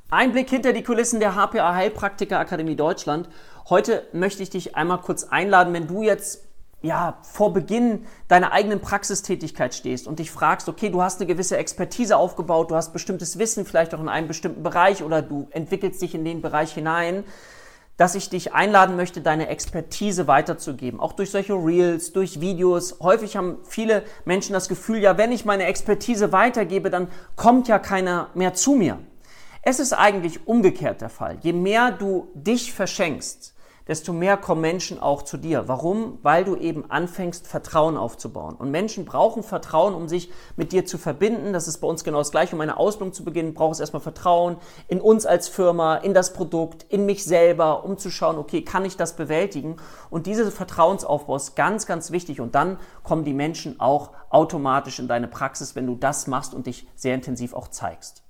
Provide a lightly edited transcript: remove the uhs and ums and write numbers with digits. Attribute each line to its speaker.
Speaker 1: Ein Blick hinter die Kulissen der HPA Heilpraktiker Akademie Deutschland. Heute möchte ich dich einmal kurz einladen, wenn du jetzt vor Beginn deiner eigenen Praxistätigkeit stehst und dich fragst, okay, du hast eine gewisse Expertise aufgebaut, du hast bestimmtes Wissen, vielleicht auch in einem bestimmten Bereich oder du entwickelst dich in den Bereich hinein, dass ich dich einladen möchte, deine Expertise weiterzugeben. Auch durch solche Reels, durch Videos. Häufig haben viele Menschen das Gefühl, ja, wenn ich meine Expertise weitergebe, dann kommt ja keiner mehr zu mir. Es ist eigentlich umgekehrt der Fall. Je mehr du dich verschenkst, desto mehr kommen Menschen auch zu dir. Warum? Weil du eben anfängst, Vertrauen aufzubauen. Und Menschen brauchen Vertrauen, um sich mit dir zu verbinden. Das ist bei uns genau das Gleiche. Um eine Ausbildung zu beginnen, braucht es erstmal Vertrauen in uns als Firma, in das Produkt, in mich selber, um zu schauen, okay, kann ich das bewältigen? Und dieser Vertrauensaufbau ist ganz, ganz wichtig. Und dann kommen die Menschen auch automatisch in deine Praxis, wenn du das machst und dich sehr intensiv auch zeigst.